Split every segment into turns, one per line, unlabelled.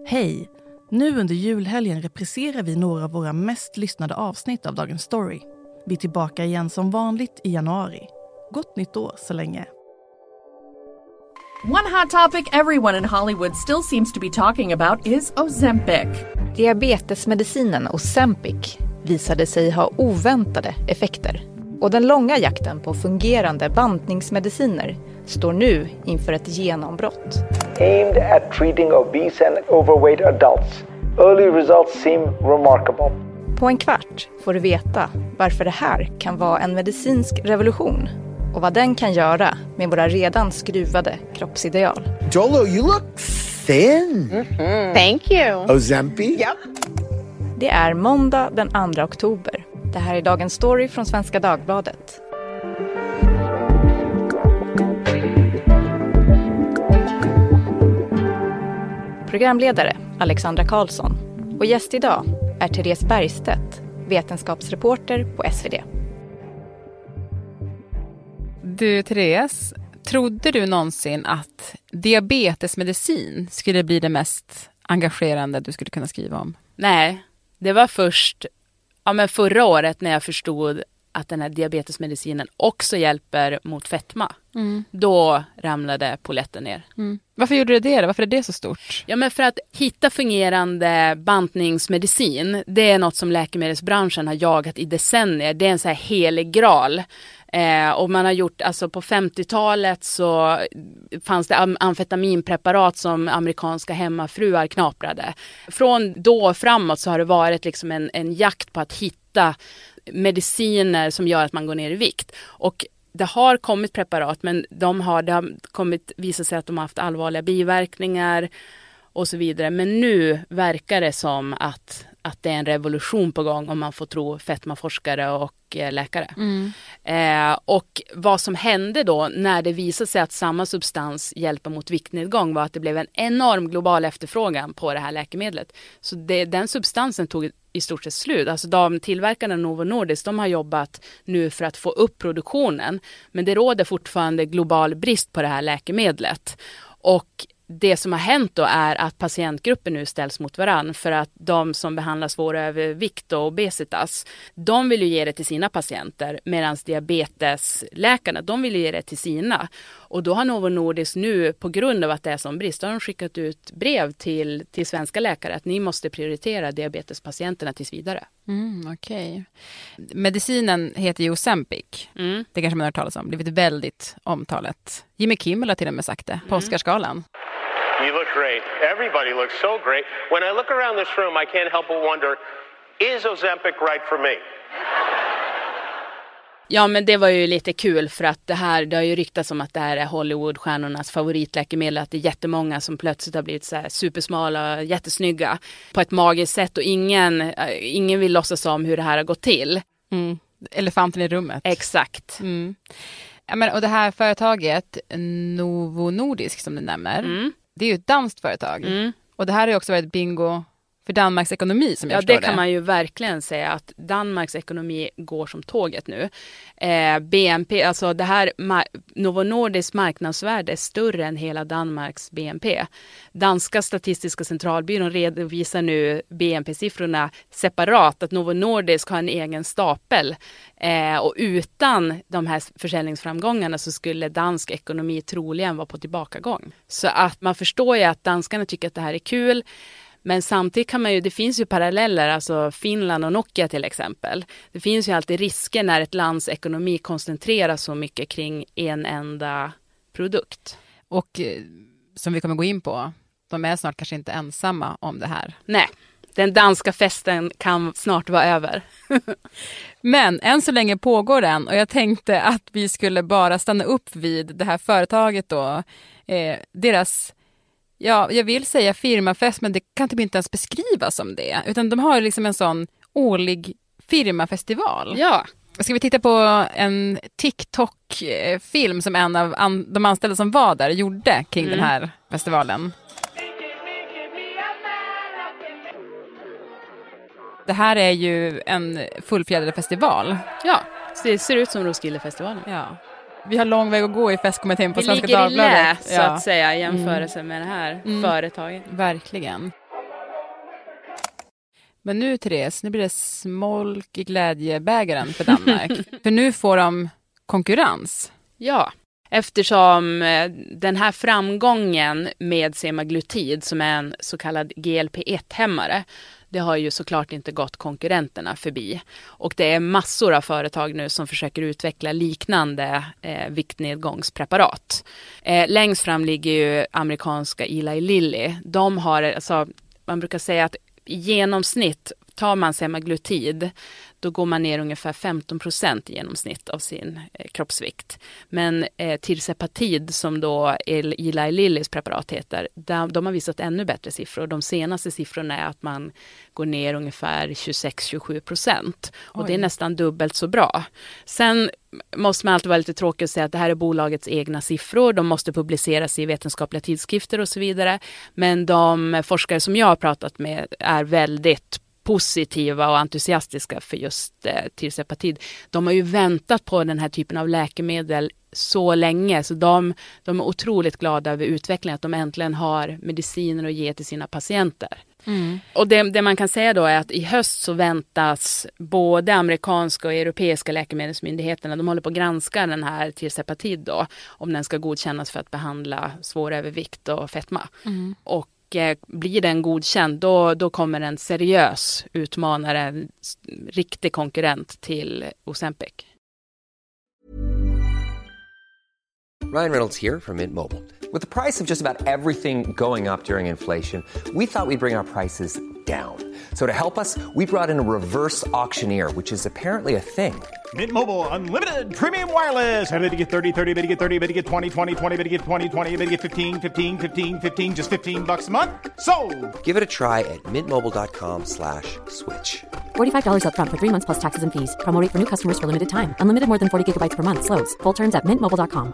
Hej! Nu under julhelgen repriserar vi några av våra mest lyssnade avsnitt av Dagens Story. Vi är tillbaka igen som vanligt i januari. Gott nytt år så länge!
One hot topic everyone in Hollywood still seems to be talking about is Ozempic.
Diabetesmedicinen Ozempic visade sig ha oväntade effekter. Och den långa jakten på fungerande bantningsmediciner står nu inför ett genombrott.
Aimed at treating obese and overweight adults. Early results seem remarkable.
På en kvart får du veta varför det här kan vara en medicinsk revolution och vad den kan göra med våra redan skruvade kroppsideal.
Jolo, you look thin.
Mm-hmm. Thank you.
Ozempic?
Yep.
Det är måndag den 2 oktober. Det här är Dagens Story från Svenska Dagbladet. Programledare Alexandra Karlsson och gäst idag är Therese Bergstedt, vetenskapsreporter på SvD.
Du Therese, trodde du någonsin att diabetesmedicin skulle bli det mest engagerande du skulle kunna skriva om?
Nej, det var först förra året när jag förstod att den här diabetesmedicinen också hjälper mot fetma. Då ramlade polletten ner.
Varför gjorde du det? Varför är det så stort?
Ja, men för att hitta fungerande bantningsmedicin, det är något som läkemedelsbranschen har jagat i decennier. Det är en så här helig graal. Och man har gjort, alltså på 50-talet så fanns det amfetaminpreparat som amerikanska hemmafruar knaprade. Från då framåt så har det varit liksom en jakt på att hitta mediciner som gör att man går ner i vikt. Och det har kommit preparat, men det har kommit visa sig att de har haft allvarliga biverkningar och så vidare. Men nu verkar det som att det är en revolution på gång, om man får tro fetmaforskare och läkare. Och vad som hände då när det visade sig att samma substans hjälper mot viktnedgång var att det blev en enorm global efterfrågan på det här läkemedlet. Så den substansen tog i stort sett slut. Alltså de tillverkarna Novo Nordisk, de har jobbat nu för att få upp produktionen. Men det råder fortfarande global brist på det här läkemedlet. Och det som har hänt då är att patientgrupper nu ställs mot varann, för att de som behandlar svår övervikt och obesitas, de vill ju ge det till sina patienter, medan diabetesläkarna, de vill ju ge det till sina. Och då har Novo Nordisk nu, på grund av att det är som brist, har de skickat ut brev till svenska läkare att ni måste prioritera diabetespatienterna tills vidare.
Okej. Medicinen heter ju Ozempic. Det kanske man har hört talas om. Blivit väldigt omtalat. Jimmy Kimmel har till och med sagt det på Oscarsgalan.
You look great. Everybody looks so great. When I look around this room, I can't help but wonder, is Ozempic right for me?
Ja, men det var ju lite kul, för att det har ju ryktats om att det här är Hollywoodstjärnornas favoritläkemedel, att det är jättemånga som plötsligt har blivit så här supersmala, jättesnygga på ett magiskt sätt, och ingen vill låtsas om hur det här har gått till.
Elefanten i rummet.
Exakt.
Ja, men, och det här företaget, Novo Nordisk som du nämner, det är ju ett danskt företag. Och det här har ju också varit bingo för Danmarks ekonomi, som jag förstår det.
Ja, det kan man ju verkligen säga, att Danmarks ekonomi går som tåget nu. BNP, alltså det här Novo Nordisk marknadsvärde är större än hela Danmarks BNP. Danska statistiska centralbyrån redovisar nu BNP-siffrorna separat, att Novo Nordisk har en egen stapel. Och utan de här försäljningsframgångarna så skulle dansk ekonomi troligen vara på tillbakagång. Så att man förstår ju att danskarna tycker att det här är kul. Men samtidigt kan det finns ju paralleller, alltså Finland och Nokia till exempel. Det finns ju alltid risker när ett lands ekonomi koncentreras så mycket kring en enda produkt.
Och som vi kommer gå in på, de är snart kanske inte ensamma om det här.
Nej, den danska festen kan snart vara över.
Men än så länge pågår den, och jag tänkte att vi skulle bara stanna upp vid det här företaget då. Deras... Ja, jag vill säga firmafest, men det kan typ inte ens beskrivas som det. Utan de har liksom en sån årlig firmafestival.
Ja.
Ska vi titta på en TikTok-film som en av de anställda som var där gjorde kring den här festivalen. Det här är ju en fullfjädrad festival.
Ja, det ser ut som Roskildefestivalen.
Ja. Vi har lång väg att gå i festkommittén på Svenska
Dagbladet.
Dagbladet.
Vi ligger i lä, så att säga, i jämförelse med det här företaget.
Verkligen. Men nu Therese, nu blir det smolk i glädjebägaren för Danmark. För nu får de konkurrens.
Ja, eftersom den här framgången med semaglutid som är en så kallad GLP-1-hämmare, det har ju såklart inte gått konkurrenterna förbi. Och det är massor av företag nu som försöker utveckla liknande viktnedgångspreparat. Längst fram ligger ju amerikanska Eli Lilly. De har, alltså, man brukar säga att i genomsnitt tar man semaglutid, då går man ner ungefär 15% i genomsnitt av sin kroppsvikt. Men tirzepatid, som då Eli Lillys preparat heter, de har visat ännu bättre siffror. De senaste siffrorna är att man går ner ungefär 26-27%. Och det är nästan dubbelt så bra. Sen måste man alltid vara lite tråkig och säga att det här är bolagets egna siffror. De måste publiceras i vetenskapliga tidskrifter och så vidare. Men de forskare som jag har pratat med är väldigt positiva och entusiastiska för just tirzepatid. De har ju väntat på den här typen av läkemedel så länge, så de är otroligt glada över utvecklingen, att de äntligen har mediciner att ge till sina patienter. Och det man kan säga då är att i höst så väntas både amerikanska och europeiska läkemedelsmyndigheterna, de håller på att granska den här tirzepatid då, om den ska godkännas för att behandla svår övervikt och fetma. Och blir den godkänd, då kommer en seriös utmanare, en riktig konkurrent till Ozempic.
Ryan Reynolds here from Mint Mobile. With the price of just about everything going up during inflation, we thought we'd bring our prices down. So to help us, we brought in a reverse auctioneer, which is apparently a thing.
Mint Mobile Unlimited Premium Wireless. How to get 30, 30, bit to get 30, bit to get 20, 20, 20, bit to get 20, 20, bit to get 15, 15, 15, 15, just $15 a month? Sold!
Give it a try at mintmobile.com/switch.
$45 up front for 3 months plus taxes and fees. Promo rate for new customers for limited time. Unlimited more than 40 gigabytes per month. Slows full terms at mintmobile.com.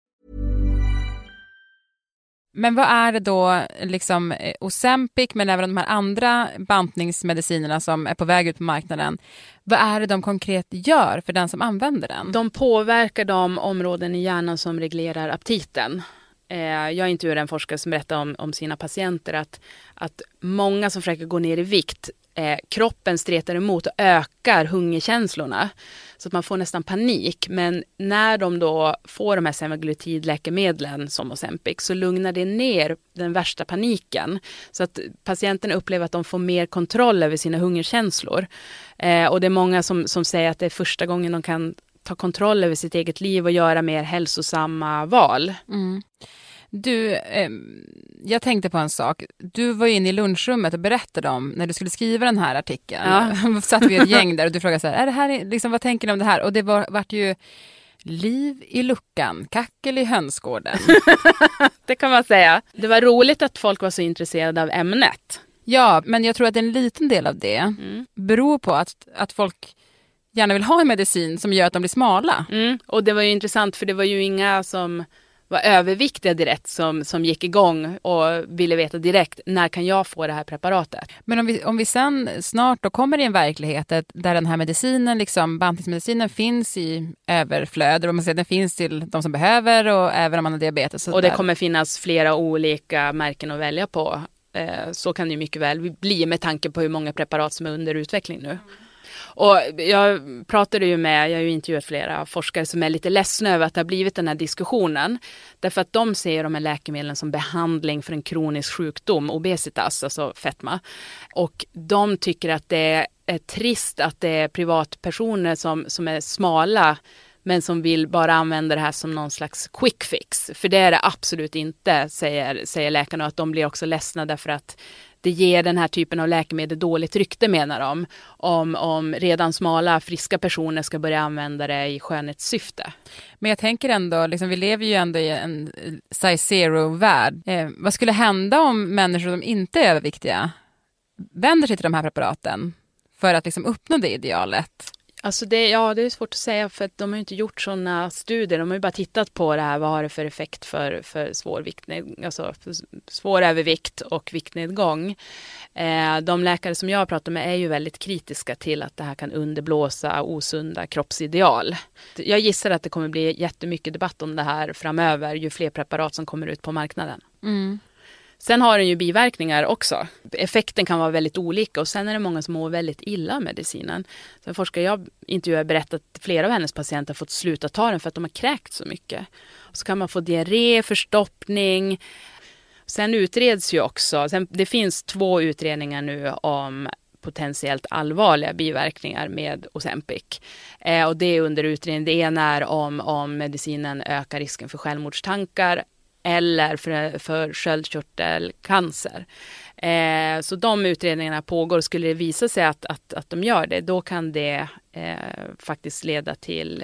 Men vad är det då, liksom Ozempic, men även de här andra bantningsmedicinerna som är på väg ut på marknaden? Vad är det de konkret gör för den som använder den?
De påverkar de områden i hjärnan som reglerar aptiten. Jag intervjuade en forskare som berättade om sina patienter att många som försöker gå ner i vikt, kroppen stretar emot och ökar hungerkänslorna. Så att man får nästan panik. Men när de då får de här semaglutidläkemedlen som Ozempic, så lugnar det ner den värsta paniken. Så att patienten upplever att de får mer kontroll över sina hungerkänslor. Och det är många som säger att det är första gången de kan ta kontroll över sitt eget liv och göra mer hälsosamma val.
Du, jag tänkte på en sak. Du var inne i lunchrummet och berättade om när du skulle skriva den här artikeln. Ja. Satt vi ett gäng där och du frågade så här, är det här liksom, vad tänker ni om det här? Och det vart ju liv i luckan, kackel i hönsgården.
Det kan man säga. Det var roligt att folk var så intresserade av ämnet.
Ja, men jag tror att en liten del av det beror på att folk gärna vill ha en medicin som gör att de blir smala.
Och det var ju intressant, för det var ju inga som var överviktiga direkt som gick igång och ville veta direkt, när kan jag få det här preparatet?
Men om vi sen snart då kommer i en verklighet där den här medicinen, liksom bantningsmedicinen, finns i överflöd, och man säger, den finns till de som behöver, och även om man har diabetes.
Och det kommer finnas flera olika märken att välja på. Så kan det ju mycket väl bli med tanke på hur många preparat som är under utveckling nu. Och jag har ju intervjuat flera forskare som är lite ledsna över att det har blivit den här diskussionen. Därför att de ser de här läkemedlen som behandling för en kronisk sjukdom, obesitas, alltså fetma. Och de tycker att det är trist att det är privatpersoner som är smala, men som vill bara använda det här som någon slags quick fix. För det är det absolut inte, säger läkarna. Att de blir också ledsna därför att det ger den här typen av läkemedel dåligt rykte, menar de. Om redan smala, friska personer ska börja använda det i skönhetssyfte.
Men jag tänker ändå, liksom, vi lever ju ändå i en size zero-värld. Vad skulle hända om människor som inte är överviktiga vänder sig till de här preparaten för att liksom uppnå det idealet?
Alltså det är svårt att säga, för att de har inte gjort sådana studier. De har ju bara tittat på det här, vad har det för effekt för svår övervikt och viktnedgång. De läkare som jag har pratat med är ju väldigt kritiska till att det här kan underblåsa osunda kroppsideal. Jag gissar att det kommer bli jättemycket debatt om det här framöver, ju fler preparat som kommer ut på marknaden. Sen har den ju biverkningar också. Effekten kan vara väldigt olika och sen är det många som mår väldigt illa av medicinen. Så en forskare jag intervjuade berättat att flera av hennes patienter har fått sluta ta den för att de har kräkt så mycket. Så kan man få diarré, förstoppning. Sen utreds ju också, det finns 2 utredningar nu om potentiellt allvarliga biverkningar med Ozempic. Och det är under utredning. Det ena är om medicinen ökar risken för självmordstankar eller för sköldkörtelcancer. Så de utredningarna pågår. Skulle det visa sig att de gör det, då kan det faktiskt leda till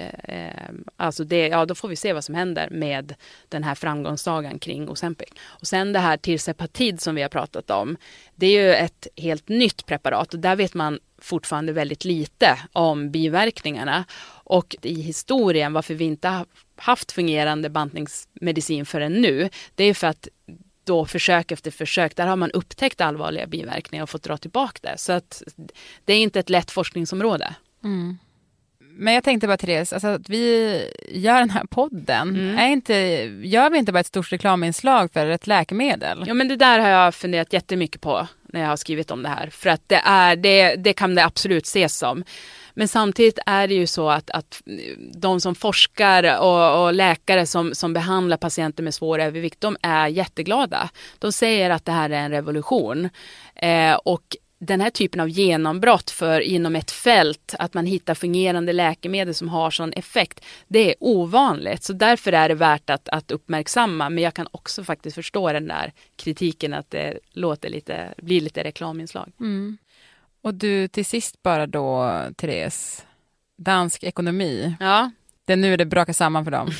då får vi se vad som händer med den här framgångssagan kring Ozempic. Och sen det här tirzepatid som vi har pratat om, det är ju ett helt nytt preparat och där vet man fortfarande väldigt lite om biverkningarna. Och i historien varför vi inte har haft fungerande bantningsmedicin förrän nu, det är för att då försök efter försök, där har man upptäckt allvarliga biverkningar och fått dra tillbaka det. Så att det är inte ett lätt forskningsområde.
Mm. Men jag tänkte bara Therese, alltså att vi gör den här podden, gör vi inte bara ett stort reklaminslag för ett läkemedel?
Ja, men det där har jag funderat jättemycket på när jag har skrivit om det här. För att det kan det absolut ses som. Men samtidigt är det ju så att de som forskar och läkare som behandlar patienter med svår övervikt, de är jätteglada. De säger att det här är en revolution. Och den här typen av genombrott för inom ett fält, att man hittar fungerande läkemedel som har sån effekt, det är ovanligt. Så därför är det värt att uppmärksamma. Men jag kan också faktiskt förstå den där kritiken att det blir lite reklaminslag.
Mm. Och du till sist bara då, Therese, dansk ekonomi.
Ja.
Det är nu det brakar samman för dem.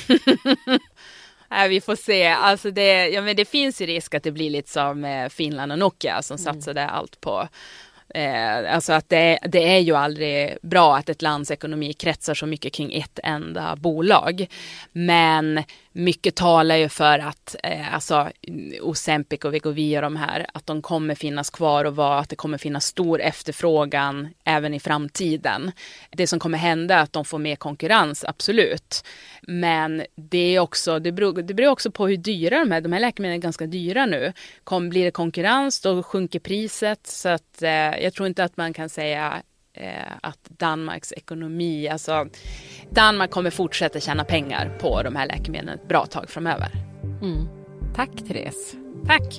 Vi får se. Alltså det finns ju risk att det blir lite som Finland och Nokia som satsade allt på. Alltså att det är ju aldrig bra att ett lands ekonomi kretsar så mycket kring ett enda bolag. Men mycket talar ju för att Ozempic och Wegovy och de här, att de kommer finnas kvar och att det kommer finnas stor efterfrågan även i framtiden. Det som kommer hända är att de får mer konkurrens, absolut. Men det beror också på hur dyra de här läkemedlen är ganska dyra nu. Blir det konkurrens, då sjunker priset. Så att jag tror inte att man kan säga att Danmarks ekonomi, Danmark kommer fortsätta tjäna pengar på de här läkemedlen ett bra tag framöver.
Mm. Tack Therese.
Tack.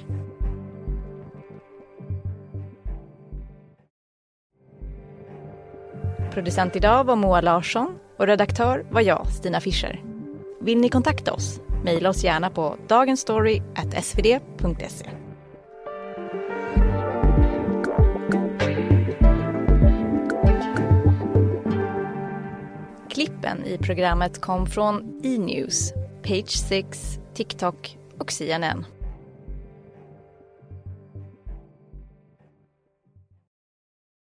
Producent idag var Moa Larsson och redaktör var jag, Stina Fischer. Vill ni kontakta oss? Maila oss gärna på dagensstory@svd.se. Klippen i programmet kom från E-News, Page 6, TikTok och CNN.